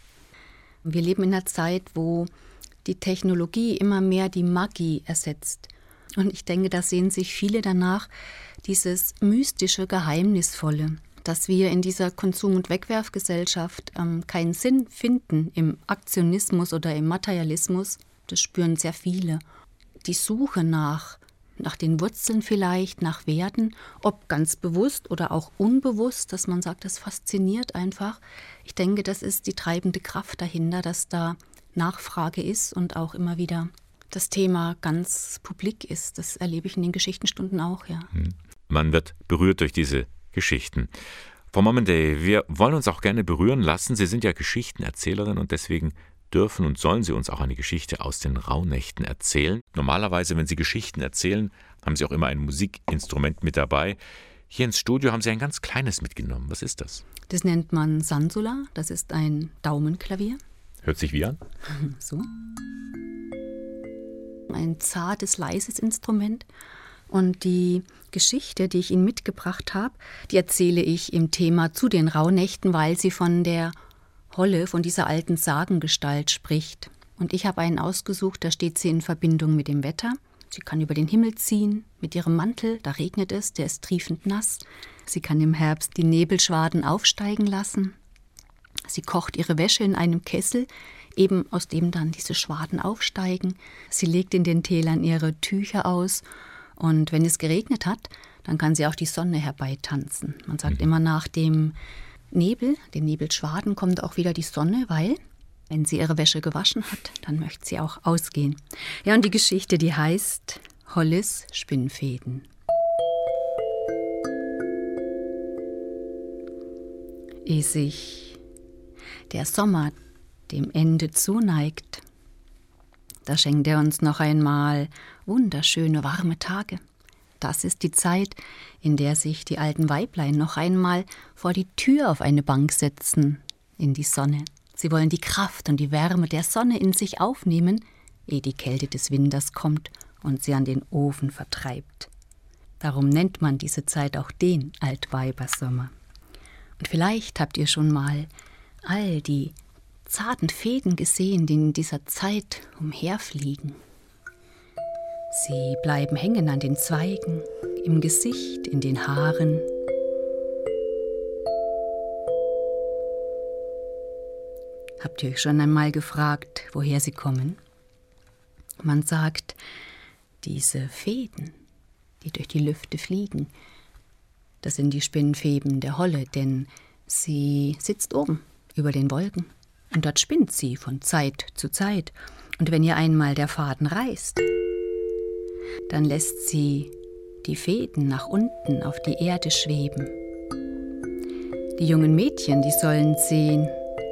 Wir leben in einer Zeit, wo die Technologie immer mehr die Magie ersetzt. Und ich denke, da sehen sich viele danach, dieses mystische, geheimnisvolle, dass wir in dieser Konsum- und Wegwerfgesellschaft ähm, keinen Sinn finden im Aktionismus oder im Materialismus. Das spüren sehr viele. Die Suche nach, nach den Wurzeln vielleicht, nach Werten, ob ganz bewusst oder auch unbewusst, dass man sagt, das fasziniert einfach. Ich denke, das ist die treibende Kraft dahinter, dass da Nachfrage ist und auch immer wieder das Thema ganz publik ist. Das erlebe ich in den Geschichtenstunden auch, ja. Man wird berührt durch diese Geschichten. Frau Mommenday, wir wollen uns auch gerne berühren lassen. Sie sind ja Geschichtenerzählerin und deswegen dürfen und sollen Sie uns auch eine Geschichte aus den Rauhnächten erzählen. Normalerweise, wenn Sie Geschichten erzählen, haben Sie auch immer ein Musikinstrument mit dabei. Hier ins Studio haben Sie ein ganz kleines mitgenommen. Was ist das? Das nennt man Sansula. Das ist ein Daumenklavier. Hört sich wie an? So. Ein zartes, leises Instrument. Und die Geschichte, die ich Ihnen mitgebracht habe, die erzähle ich im Thema zu den Rauhnächten, weil sie von der Holle, von dieser alten Sagengestalt spricht. Und ich habe einen ausgesucht, da steht sie in Verbindung mit dem Wetter. Sie kann über den Himmel ziehen, mit ihrem Mantel, da regnet es, der ist triefend nass. Sie kann im Herbst die Nebelschwaden aufsteigen lassen. Sie kocht ihre Wäsche in einem Kessel, eben aus dem dann diese Schwaden aufsteigen. Sie legt in den Tälern ihre Tücher aus und wenn es geregnet hat, dann kann sie auch die Sonne herbeitanzen. Man sagt mhm. immer, nach dem Nebel, den Nebelschwaden, kommt auch wieder die Sonne, weil, wenn sie ihre Wäsche gewaschen hat, dann möchte sie auch ausgehen. Ja, und die Geschichte, die heißt Holles Spinnfäden. Ehe sich der Sommer dem Ende zuneigt, da schenkt er uns noch einmal wunderschöne, warme Tage. Das ist die Zeit, in der sich die alten Weiblein noch einmal vor die Tür auf eine Bank setzen, in die Sonne. Sie wollen die Kraft und die Wärme der Sonne in sich aufnehmen, ehe die Kälte des Winters kommt und sie an den Ofen vertreibt. Darum nennt man diese Zeit auch den Altweibersommer. Und vielleicht habt ihr schon mal all die zarten Fäden gesehen, die in dieser Zeit umherfliegen. Sie bleiben hängen an den Zweigen, im Gesicht, in den Haaren. Habt ihr euch schon einmal gefragt, woher sie kommen? Man sagt, diese Fäden, die durch die Lüfte fliegen, Das sind die Spinnenfeben der Holle, denn sie sitzt oben über den Wolken und dort spinnt sie von Zeit zu Zeit. Und wenn ihr einmal der Faden reißt, dann lässt sie die Fäden nach unten auf die Erde schweben. Die jungen Mädchen, die sollen sehen,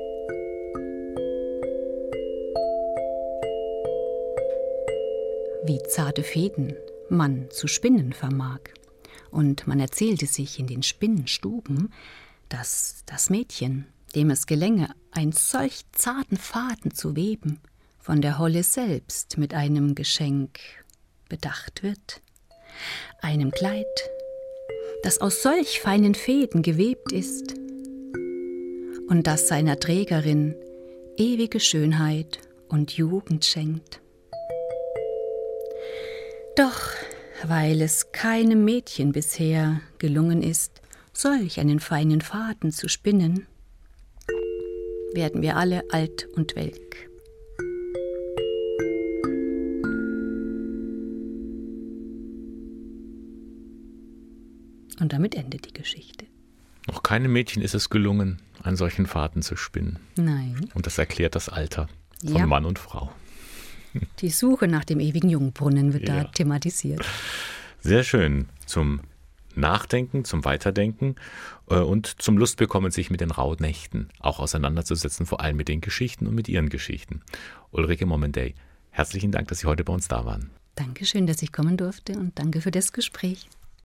wie zarte Fäden man zu spinnen vermag. Und man erzählte sich in den Spinnenstuben, dass das Mädchen, dem es gelänge, einen solch zarten Faden zu weben, von der Holle selbst mit einem Geschenk bedacht wird, einem Kleid, das aus solch feinen Fäden gewebt ist und das seiner Trägerin ewige Schönheit und Jugend schenkt. Doch weil es keinem Mädchen bisher gelungen ist, solch einen feinen Faden zu spinnen, werden wir alle alt und welk. Und damit endet die Geschichte. Noch keinem Mädchen ist es gelungen, einen solchen Faden zu spinnen. Nein. Und das erklärt das Alter von Ja. Mann und Frau. Die Suche nach dem ewigen Jungbrunnen wird Ja. da thematisiert. Sehr schön. Zum Nachdenken, zum Weiterdenken äh, und zum Lustbekommen, sich mit den Rauhnächten auch auseinanderzusetzen, vor allem mit den Geschichten und mit ihren Geschichten. Ulrike Momendey, herzlichen Dank, dass Sie heute bei uns da waren. Dankeschön, dass ich kommen durfte und danke für das Gespräch.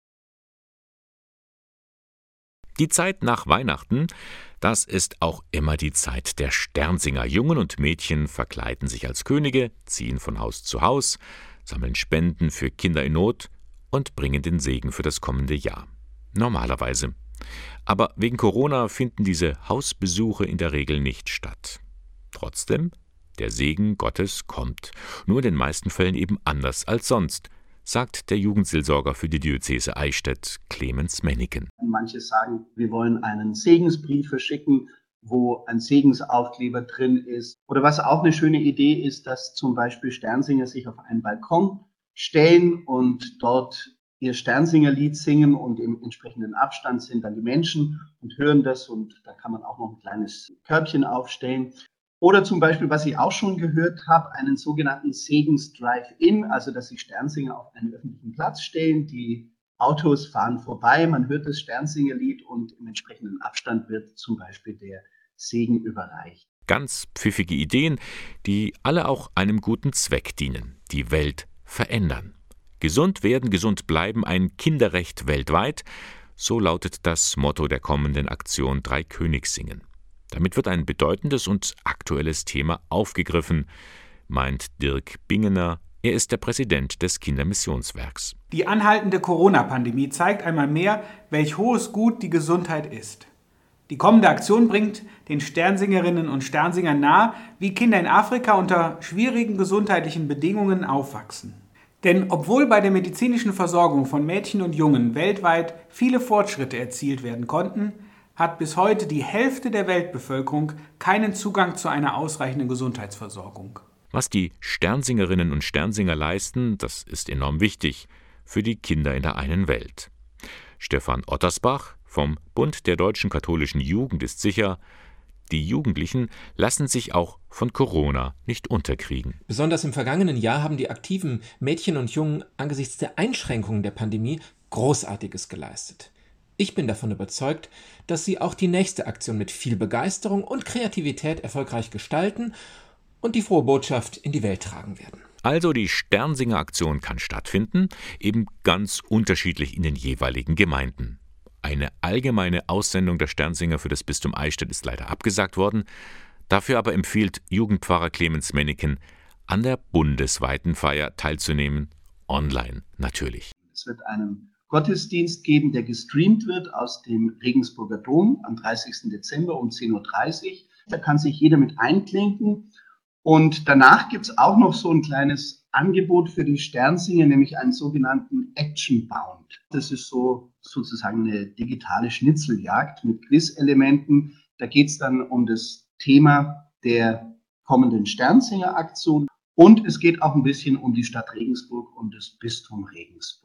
Die Zeit nach Weihnachten, das ist auch immer die Zeit der Sternsinger. Jungen und Mädchen verkleiden sich als Könige, ziehen von Haus zu Haus, sammeln Spenden für Kinder in Not und bringen den Segen für das kommende Jahr. Normalerweise. Aber wegen Corona finden diese Hausbesuche in der Regel nicht statt. Trotzdem, der Segen Gottes kommt, nur in den meisten Fällen eben anders als sonst, sagt der Jugendseelsorger für die Diözese Eichstätt, Clemens Menniken. Manche sagen, wir wollen einen Segensbrief verschicken, wo ein Segensaufkleber drin ist. Oder was auch eine schöne Idee ist, dass zum Beispiel Sternsinger sich auf einen Balkon stellen und dort ihr Sternsingerlied singen und im entsprechenden Abstand sind dann die Menschen und hören das und da kann man auch noch ein kleines Körbchen aufstellen. Oder zum Beispiel, was ich auch schon gehört habe, einen sogenannten Segens-Drive-In, also dass sich Sternsinger auf einen öffentlichen Platz stellen, die Autos fahren vorbei, man hört das Sternsingerlied und im entsprechenden Abstand wird zum Beispiel der Segen überreicht. Ganz pfiffige Ideen, die alle auch einem guten Zweck dienen, die Welt verändern. Gesund werden, gesund bleiben, ein Kinderrecht weltweit, so lautet das Motto der kommenden Aktion Drei Königs singen. Damit wird ein bedeutendes und aktuelles Thema aufgegriffen, meint Dirk Bingener. Er ist der Präsident des Kindermissionswerks. Die anhaltende Corona-Pandemie zeigt einmal mehr, welch hohes Gut die Gesundheit ist. Die kommende Aktion bringt den Sternsingerinnen und Sternsingern nahe, wie Kinder in Afrika unter schwierigen gesundheitlichen Bedingungen aufwachsen. Denn obwohl bei der medizinischen Versorgung von Mädchen und Jungen weltweit viele Fortschritte erzielt werden konnten, hat bis heute die Hälfte der Weltbevölkerung keinen Zugang zu einer ausreichenden Gesundheitsversorgung. Was die Sternsingerinnen und Sternsinger leisten, das ist enorm wichtig für die Kinder in der einen Welt. Stefan Ottersbach vom Bund der deutschen katholischen Jugend ist sicher, die Jugendlichen lassen sich auch von Corona nicht unterkriegen. Besonders im vergangenen Jahr haben die aktiven Mädchen und Jungen angesichts der Einschränkungen der Pandemie Großartiges geleistet. Ich bin davon überzeugt, dass sie auch die nächste Aktion mit viel Begeisterung und Kreativität erfolgreich gestalten und die frohe Botschaft in die Welt tragen werden. Also die Sternsinger-Aktion kann stattfinden, eben ganz unterschiedlich in den jeweiligen Gemeinden. Eine allgemeine Aussendung der Sternsinger für das Bistum Eichstätt ist leider abgesagt worden. Dafür aber empfiehlt Jugendpfarrer Clemens Menniken, an der bundesweiten Feier teilzunehmen, online natürlich. Es wird einen Gottesdienst geben, der gestreamt wird aus dem Regensburger Dom am dreißigsten Dezember um zehn Uhr dreißig. Da kann sich jeder mit einklinken. Und danach gibt es auch noch so ein kleines Angebot für die Sternsinger, nämlich einen sogenannten Action Bound. Das ist so sozusagen eine digitale Schnitzeljagd mit Quiz-Elementen. Da geht es dann um das Thema der kommenden Sternsinger-Aktion und es geht auch ein bisschen um die Stadt Regensburg und das Bistum Regensburg.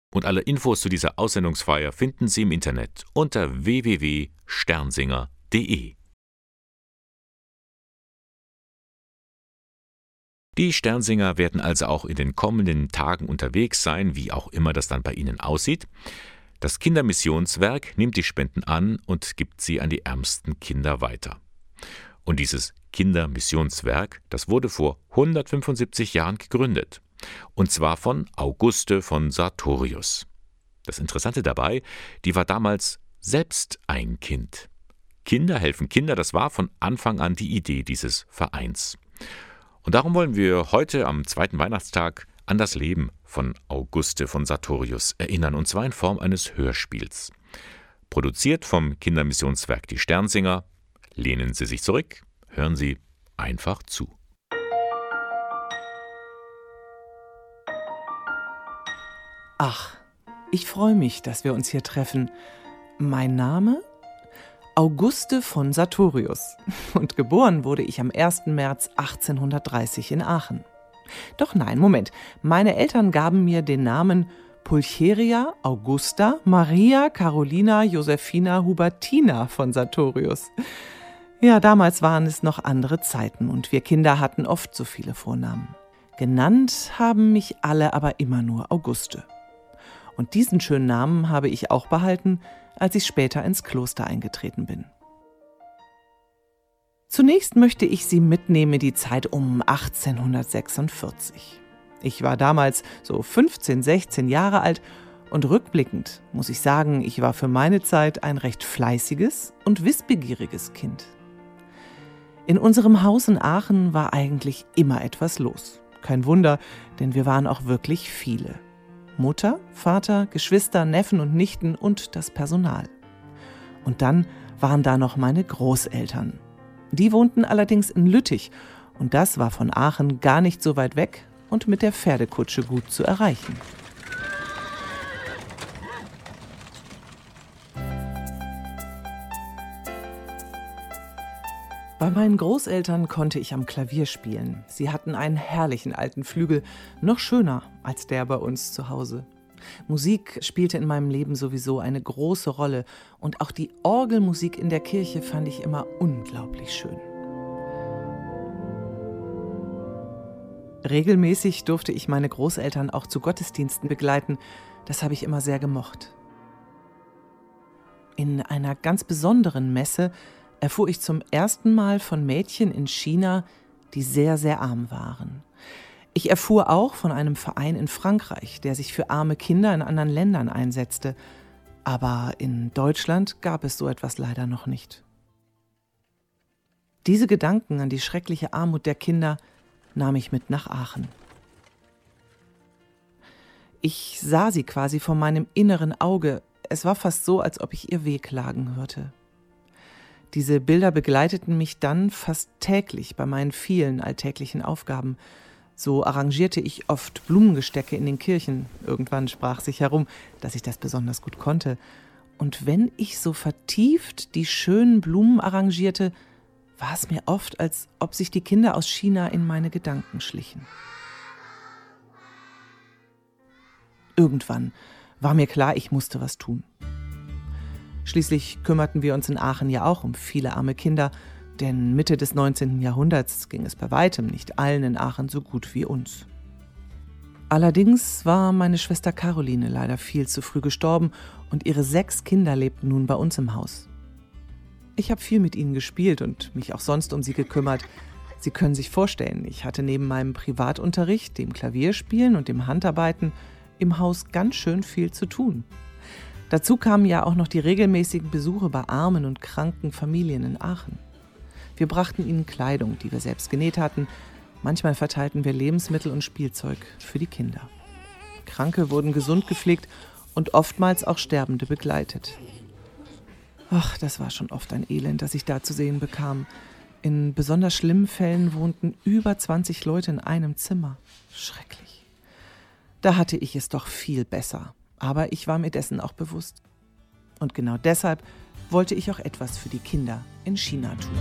Und alle Infos zu dieser Aussendungsfeier finden Sie im Internet unter w w w punkt sternsinger punkt d e. Die Sternsinger werden also auch in den kommenden Tagen unterwegs sein, wie auch immer das dann bei Ihnen aussieht. Das Kindermissionswerk nimmt die Spenden an und gibt sie an die ärmsten Kinder weiter. Und dieses Kindermissionswerk, das wurde vor hundertfünfundsiebzig Jahren gegründet. Und zwar von Auguste von Sartorius. Das Interessante dabei, die war damals selbst ein Kind. Kinder helfen Kinder, das war von Anfang an die Idee dieses Vereins. Und darum wollen wir heute am zweiten Weihnachtstag an das Leben von Auguste von Sartorius erinnern, und zwar in Form eines Hörspiels. Produziert vom Kindermissionswerk Die Sternsinger. Lehnen Sie sich zurück, hören Sie einfach zu. Ach, ich freue mich, dass wir uns hier treffen. Mein Name? Auguste von Sartorius. Und geboren wurde ich am ersten März achtzehnhundertdreißig in Aachen. Doch nein, Moment. Meine Eltern gaben mir den Namen Pulcheria Augusta Maria Carolina Josephina Hubertina von Sartorius. Ja, damals waren es noch andere Zeiten und wir Kinder hatten oft so viele Vornamen. Genannt haben mich alle aber immer nur Auguste. Und diesen schönen Namen habe ich auch behalten, als ich später ins Kloster eingetreten bin. Zunächst möchte ich Sie mitnehmen in die Zeit um achtzehnhundertsechsundvierzig. Ich war damals so fünfzehn, sechzehn Jahre alt und rückblickend muss ich sagen, ich war für meine Zeit ein recht fleißiges und wissbegieriges Kind. In unserem Haus in Aachen war eigentlich immer etwas los. Kein Wunder, denn wir waren auch wirklich viele. Mutter, Vater, Geschwister, Neffen und Nichten und das Personal. Und dann waren da noch meine Großeltern. Die wohnten allerdings in Lüttich und das war von Aachen gar nicht so weit weg und mit der Pferdekutsche gut zu erreichen. Bei meinen Großeltern konnte ich am Klavier spielen. Sie hatten einen herrlichen alten Flügel, noch schöner als der bei uns zu Hause. Musik spielte in meinem Leben sowieso eine große Rolle und auch die Orgelmusik in der Kirche fand ich immer unglaublich schön. Regelmäßig durfte ich meine Großeltern auch zu Gottesdiensten begleiten. Das habe ich immer sehr gemocht. In einer ganz besonderen Messe erfuhr ich zum ersten Mal von Mädchen in China, die sehr, sehr arm waren. Ich erfuhr auch von einem Verein in Frankreich, der sich für arme Kinder in anderen Ländern einsetzte. Aber in Deutschland gab es so etwas leider noch nicht. Diese Gedanken an die schreckliche Armut der Kinder nahm ich mit nach Aachen. Ich sah sie quasi vor meinem inneren Auge. Es war fast so, als ob ich ihr Wehklagen hörte. Diese Bilder begleiteten mich dann fast täglich bei meinen vielen alltäglichen Aufgaben. So arrangierte ich oft Blumengestecke in den Kirchen. Irgendwann sprach sich herum, dass ich das besonders gut konnte. Und wenn ich so vertieft die schönen Blumen arrangierte, war es mir oft, als ob sich die Kinder aus China in meine Gedanken schlichen. Irgendwann war mir klar, ich musste was tun. Schließlich kümmerten wir uns in Aachen ja auch um viele arme Kinder, denn Mitte des neunzehnten Jahrhunderts ging es bei weitem nicht allen in Aachen so gut wie uns. Allerdings war meine Schwester Caroline leider viel zu früh gestorben und ihre sechs Kinder lebten nun bei uns im Haus. Ich habe viel mit ihnen gespielt und mich auch sonst um sie gekümmert. Sie können sich vorstellen, ich hatte neben meinem Privatunterricht, dem Klavierspielen und dem Handarbeiten im Haus ganz schön viel zu tun. Dazu kamen ja auch noch die regelmäßigen Besuche bei armen und kranken Familien in Aachen. Wir brachten ihnen Kleidung, die wir selbst genäht hatten. Manchmal verteilten wir Lebensmittel und Spielzeug für die Kinder. Kranke wurden gesund gepflegt und oftmals auch Sterbende begleitet. Ach, das war schon oft ein Elend, das ich da zu sehen bekam. In besonders schlimmen Fällen wohnten über zwanzig Leute in einem Zimmer. Schrecklich. Da hatte ich es doch viel besser. Aber ich war mir dessen auch bewusst. Und genau deshalb wollte ich auch etwas für die Kinder in China tun.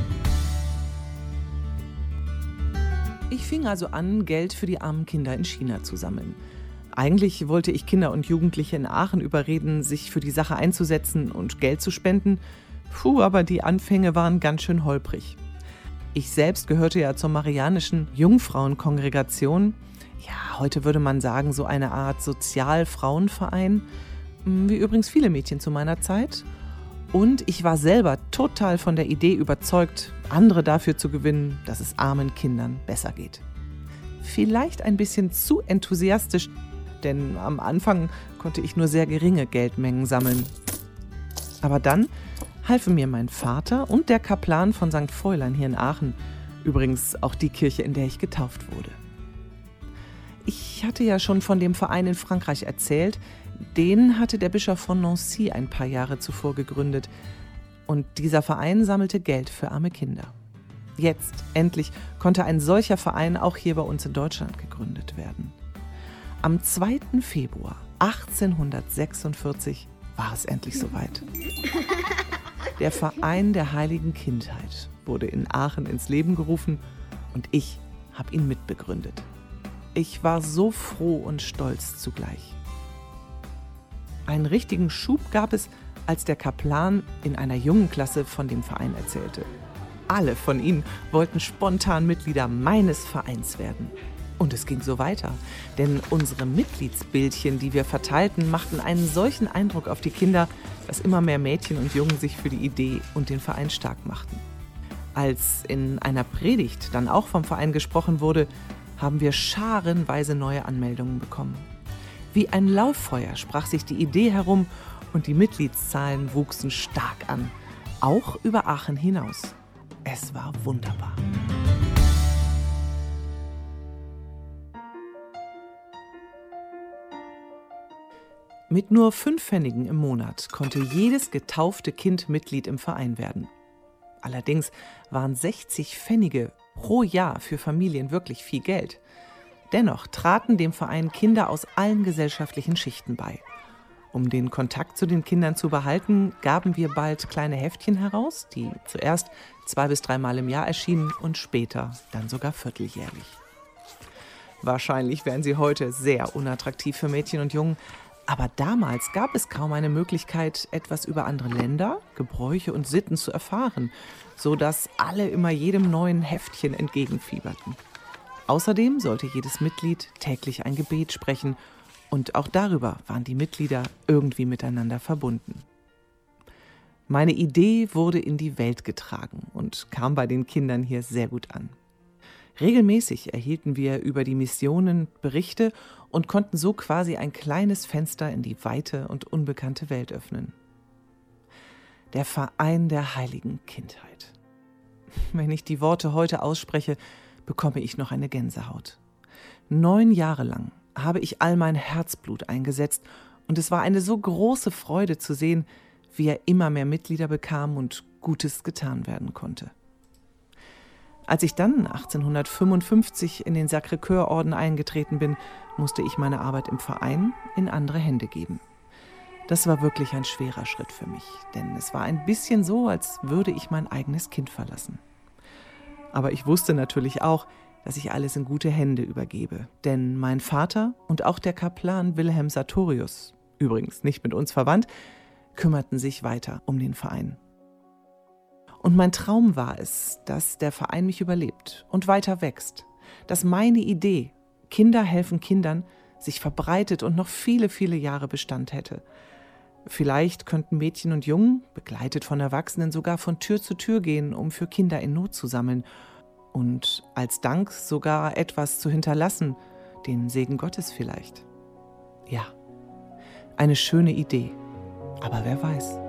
Ich fing also an, Geld für die armen Kinder in China zu sammeln. Eigentlich wollte ich Kinder und Jugendliche in Aachen überreden, sich für die Sache einzusetzen und Geld zu spenden. Puh, aber die Anfänge waren ganz schön holprig. Ich selbst gehörte ja zur marianischen Jungfrauenkongregation. Ja, heute würde man sagen, so eine Art Sozialfrauenverein, wie übrigens viele Mädchen zu meiner Zeit. Und ich war selber total von der Idee überzeugt, andere dafür zu gewinnen, dass es armen Kindern besser geht. Vielleicht ein bisschen zu enthusiastisch, denn am Anfang konnte ich nur sehr geringe Geldmengen sammeln. Aber dann halfen mir mein Vater und der Kaplan von Sankt Fräulein hier in Aachen, übrigens auch die Kirche, in der ich getauft wurde. Ich hatte ja schon von dem Verein in Frankreich erzählt. Den hatte der Bischof von Nancy ein paar Jahre zuvor gegründet. Und dieser Verein sammelte Geld für arme Kinder. Jetzt, endlich, konnte ein solcher Verein auch hier bei uns in Deutschland gegründet werden. Am zweiten Februar achtzehnhundertsechsundvierzig war es endlich soweit. Der Verein der Heiligen Kindheit wurde in Aachen ins Leben gerufen und ich habe ihn mitbegründet. Ich war so froh und stolz zugleich. Einen richtigen Schub gab es, als der Kaplan in einer jungen Klasse von dem Verein erzählte. Alle von ihnen wollten spontan Mitglieder meines Vereins werden. Und es ging so weiter, denn unsere Mitgliedsbildchen, die wir verteilten, machten einen solchen Eindruck auf die Kinder, dass immer mehr Mädchen und Jungen sich für die Idee und den Verein stark machten. Als in einer Predigt dann auch vom Verein gesprochen wurde, haben wir scharenweise neue Anmeldungen bekommen. Wie ein Lauffeuer sprach sich die Idee herum und die Mitgliedszahlen wuchsen stark an, auch über Aachen hinaus. Es war wunderbar. Mit nur fünf Pfennigen im Monat konnte jedes getaufte Kind Mitglied im Verein werden. Allerdings waren sechzig Pfennige pro Jahr für Familien wirklich viel Geld. Dennoch traten dem Verein Kinder aus allen gesellschaftlichen Schichten bei. Um den Kontakt zu den Kindern zu behalten, gaben wir bald kleine Heftchen heraus, die zuerst zwei- bis dreimal im Jahr erschienen und später dann sogar vierteljährlich. Wahrscheinlich wären sie heute sehr unattraktiv für Mädchen und Jungen, aber damals gab es kaum eine Möglichkeit, etwas über andere Länder, Gebräuche und Sitten zu erfahren, sodass alle immer jedem neuen Heftchen entgegenfieberten. Außerdem sollte jedes Mitglied täglich ein Gebet sprechen und auch darüber waren die Mitglieder irgendwie miteinander verbunden. Meine Idee wurde in die Welt getragen und kam bei den Kindern hier sehr gut an. Regelmäßig erhielten wir über die Missionen Berichte und konnten so quasi ein kleines Fenster in die weite und unbekannte Welt öffnen. Der Verein der Heiligen Kindheit. Wenn ich die Worte heute ausspreche, bekomme ich noch eine Gänsehaut. Neun Jahre lang habe ich all mein Herzblut eingesetzt und es war eine so große Freude zu sehen, wie er immer mehr Mitglieder bekam und Gutes getan werden konnte. Als ich dann achtzehnhundertfünfundfünfzig in den Sacré-Cœur-Orden eingetreten bin, musste ich meine Arbeit im Verein in andere Hände geben. Das war wirklich ein schwerer Schritt für mich, denn es war ein bisschen so, als würde ich mein eigenes Kind verlassen. Aber ich wusste natürlich auch, dass ich alles in gute Hände übergebe, denn mein Vater und auch der Kaplan Wilhelm Sartorius, übrigens nicht mit uns verwandt, kümmerten sich weiter um den Verein. Und mein Traum war es, dass der Verein mich überlebt und weiter wächst, dass meine Idee, Kinder helfen Kindern, sich verbreitet und noch viele, viele Jahre Bestand hätte. Vielleicht könnten Mädchen und Jungen, begleitet von Erwachsenen, sogar von Tür zu Tür gehen, um für Kinder in Not zu sammeln und als Dank sogar etwas zu hinterlassen, den Segen Gottes vielleicht. Ja, eine schöne Idee, aber wer weiß.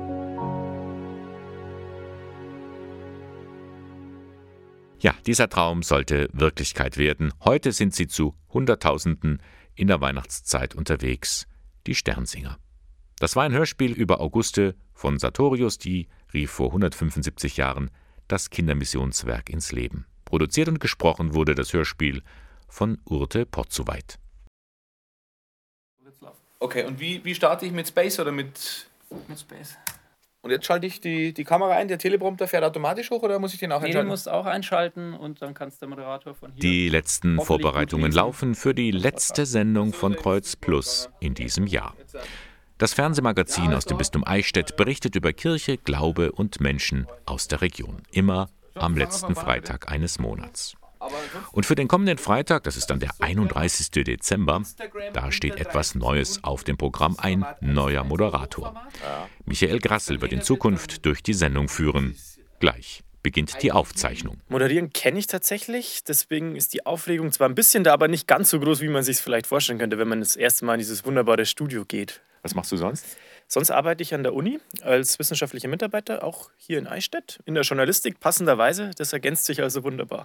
Ja, dieser Traum sollte Wirklichkeit werden. Heute sind sie zu Hunderttausenden in der Weihnachtszeit unterwegs, die Sternsinger. Das war ein Hörspiel über Auguste von Sartorius, die rief vor hundertfünfundsiebzig Jahren das Kindermissionswerk ins Leben. Produziert und gesprochen wurde das Hörspiel von Urte Potzuweit. Okay, und wie, wie starte ich mit Space oder mit, mit Space? Und jetzt schalte ich die, die Kamera ein, der Teleprompter fährt automatisch hoch oder muss ich den auch nee, einschalten? Den musst du auch einschalten und dann kannst der Moderator von hier... Die letzten Vorbereitungen laufen für die letzte Sendung von Kreuz Plus in diesem Jahr. Das Fernsehmagazin aus dem Bistum Eichstätt berichtet über Kirche, Glaube und Menschen aus der Region. Immer am letzten Freitag eines Monats. Und für den kommenden Freitag, das ist dann der einunddreißigsten Dezember, da steht etwas Neues auf dem Programm, ein neuer Moderator. Michael Grassel wird in Zukunft durch die Sendung führen. Gleich beginnt die Aufzeichnung. Moderieren kenne ich tatsächlich, deswegen ist die Aufregung zwar ein bisschen da, aber nicht ganz so groß, wie man sich es vielleicht vorstellen könnte, wenn man das erste Mal in dieses wunderbare Studio geht. Was machst du sonst? Sonst arbeite ich an der Uni als wissenschaftlicher Mitarbeiter, auch hier in Eichstätt, in der Journalistik, passenderweise. Das ergänzt sich also wunderbar.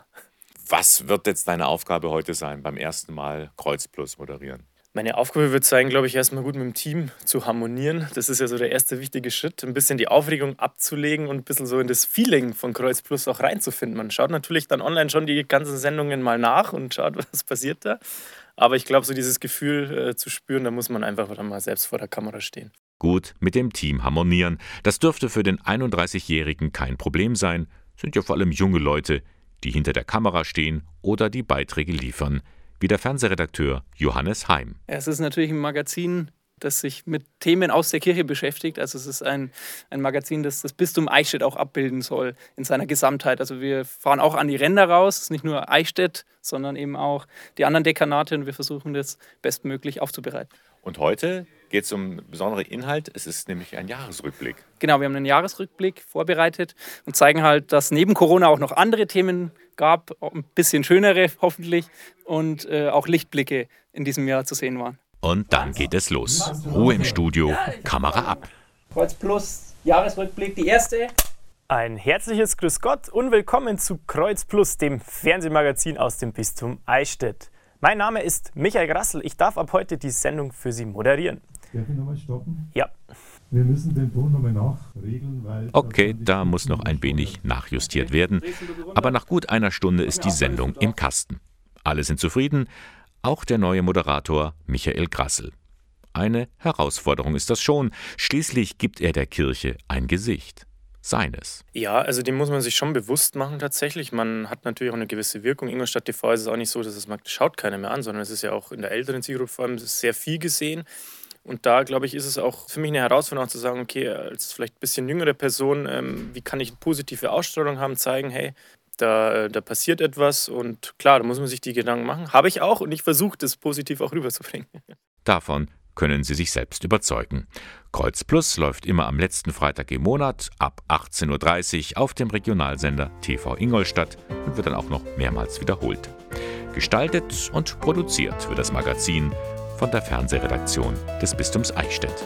Was wird jetzt deine Aufgabe heute sein, beim ersten Mal Kreuz Plus moderieren? Meine Aufgabe wird sein, glaube ich, erstmal gut mit dem Team zu harmonieren. Das ist ja so der erste wichtige Schritt, ein bisschen die Aufregung abzulegen und ein bisschen so in das Feeling von Kreuz Plus auch reinzufinden. Man schaut natürlich dann online schon die ganzen Sendungen mal nach und schaut, was passiert da. Aber ich glaube, so dieses Gefühl äh, zu spüren, da muss man einfach dann mal selbst vor der Kamera stehen. Gut mit dem Team harmonieren. Das dürfte für den einunddreißigjährigen kein Problem sein. Sind ja vor allem junge Leute, die hinter der Kamera stehen oder die Beiträge liefern, wie der Fernsehredakteur Johannes Heim. Es ist natürlich ein Magazin, das sich mit Themen aus der Kirche beschäftigt. Also es ist ein, ein Magazin, das das Bistum Eichstätt auch abbilden soll in seiner Gesamtheit. Also wir fahren auch an die Ränder raus, es ist nicht nur Eichstätt, sondern eben auch die anderen Dekanate und wir versuchen das bestmöglich aufzubereiten. Und heute geht es um besondere Inhalt. Es ist nämlich ein Jahresrückblick. Genau, wir haben einen Jahresrückblick vorbereitet und zeigen halt, dass neben Corona auch noch andere Themen gab, ein bisschen schönere hoffentlich und äh, auch Lichtblicke in diesem Jahr zu sehen waren. Und dann geht es los. Ruhe im Studio, Kamera ab. Kreuz Plus, Jahresrückblick, die erste. Ein herzliches Grüß Gott und willkommen zu Kreuz Plus, dem Fernsehmagazin aus dem Bistum Eichstätt. Mein Name ist Michael Grassel. Ich darf ab heute die Sendung für Sie moderieren. Darf ich nochmal stoppen? Ja. Wir müssen den Ton nochmal nachregeln, weil... Okay, da muss noch ein wenig nachjustiert werden. Aber nach gut einer Stunde ist die Sendung im Kasten. Alle sind zufrieden, auch der neue Moderator Michael Grassel. Eine Herausforderung ist das schon. Schließlich gibt er der Kirche ein Gesicht. Seines. Ja, also dem muss man sich schon bewusst machen tatsächlich. Man hat natürlich auch eine gewisse Wirkung. Ingolstadt T V ist es auch nicht so, dass es mag, das schaut keiner mehr an, sondern es ist ja auch in der älteren Zielgruppe vor allem sehr viel gesehen. Und da, glaube ich, ist es auch für mich eine Herausforderung zu sagen, okay, als vielleicht ein bisschen jüngere Person, ähm, wie kann ich eine positive Ausstrahlung haben, zeigen, hey, da, da passiert etwas und klar, da muss man sich die Gedanken machen. Habe ich auch und ich versuche, das positiv auch rüberzubringen. Davon können Sie sich selbst überzeugen. Kreuz Plus läuft immer am letzten Freitag im Monat ab achtzehn Uhr dreißig auf dem Regionalsender T V Ingolstadt und wird dann auch noch mehrmals wiederholt. Gestaltet und produziert wird das Magazin von der Fernsehredaktion des Bistums Eichstätt.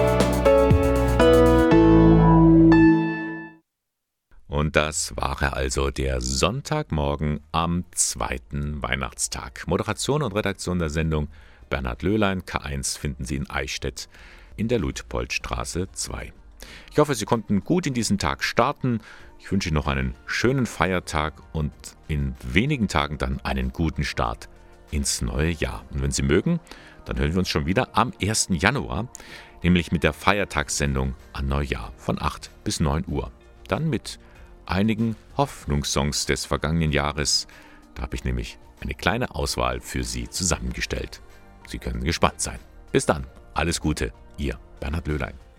Und das war also der Sonntagmorgen am zweiten Weihnachtstag. Moderation und Redaktion der Sendung Bernhard Löhlein, K eins finden Sie in Eichstätt in der Luitpoldstraße zwei. Ich hoffe, Sie konnten gut in diesen Tag starten. Ich wünsche Ihnen noch einen schönen Feiertag und in wenigen Tagen dann einen guten Start ins neue Jahr. Und wenn Sie mögen, dann hören wir uns schon wieder am ersten Januar, nämlich mit der Feiertagssendung an Neujahr von acht bis neun Uhr. Dann mit einigen Hoffnungssongs des vergangenen Jahres. Da habe ich nämlich eine kleine Auswahl für Sie zusammengestellt. Sie können gespannt sein. Bis dann, alles Gute, Ihr Bernhard Löhlein.